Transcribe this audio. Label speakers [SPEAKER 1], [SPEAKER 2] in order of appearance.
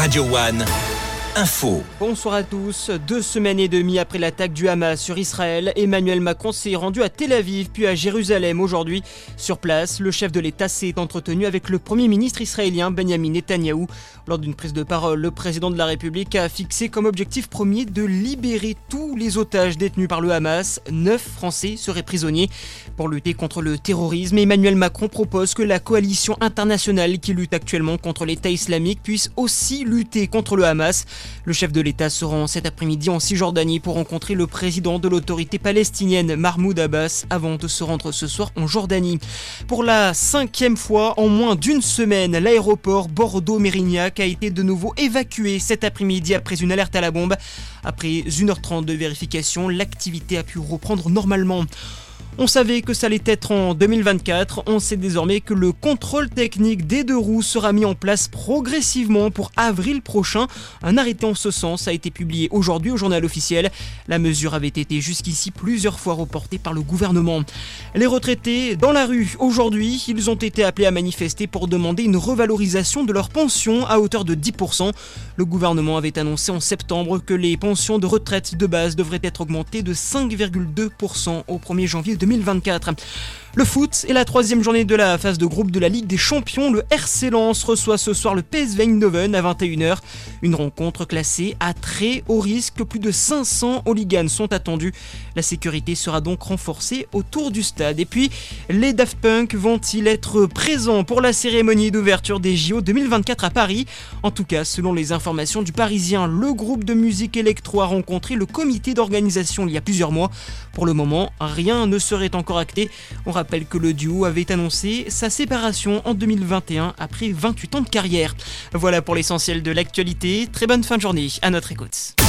[SPEAKER 1] Radio One, info.
[SPEAKER 2] Bonsoir à tous. 2 semaines et demie après l'attaque du Hamas sur Israël, Emmanuel Macron s'est rendu à Tel Aviv puis à Jérusalem aujourd'hui. Sur place, le chef de l'État s'est entretenu avec le Premier ministre israélien Benjamin Netanyahou. Lors d'une prise de parole, le président de la République a fixé comme objectif premier de libérer tous les otages détenus par le Hamas. 9 Français seraient prisonniers. Pour lutter contre le terrorisme, Emmanuel Macron propose que la coalition internationale qui lutte actuellement contre l'État islamique puisse aussi lutter contre le Hamas. Le chef de l'État se rend cet après-midi en Cisjordanie pour rencontrer le président de l'autorité palestinienne Mahmoud Abbas avant de se rendre ce soir en Jordanie. Pour la 5e fois en moins d'une semaine, l'aéroport Bordeaux-Mérignac a été de nouveau évacué cet après-midi après une alerte à la bombe. Après 1h30 de vérification, l'activité a pu reprendre normalement. On savait que ça allait être en 2024, on sait désormais que le contrôle technique des 2 roues sera mis en place progressivement pour avril prochain. Un arrêté en ce sens a été publié aujourd'hui au journal officiel. La mesure avait été jusqu'ici plusieurs fois reportée par le gouvernement. Les retraités dans la rue aujourd'hui, ils ont été appelés à manifester pour demander une revalorisation de leur pension à hauteur de 10%. Le gouvernement avait annoncé en septembre que les pensions de retraite de base devraient être augmentées de 5,2% au 1er janvier 2024. Le foot est la 3e journée de la phase de groupe de la Ligue des Champions. Le RC Lens reçoit ce soir le PSV Eindhoven à 21h. Une rencontre classée à très haut risque. Plus de 500 hooligans sont attendus. La sécurité sera donc renforcée autour du stade. Et puis, les Daft Punk vont-ils être présents pour la cérémonie d'ouverture des JO 2024 à Paris ? En tout cas, selon les informations du Parisien, le groupe de musique électro a rencontré le comité d'organisation il y a plusieurs mois. Pour le moment, rien ne serait encore acté. On rappelle que le duo avait annoncé sa séparation en 2021 après 28 ans de carrière. Voilà pour l'essentiel de l'actualité. Très bonne fin de journée à notre écoute.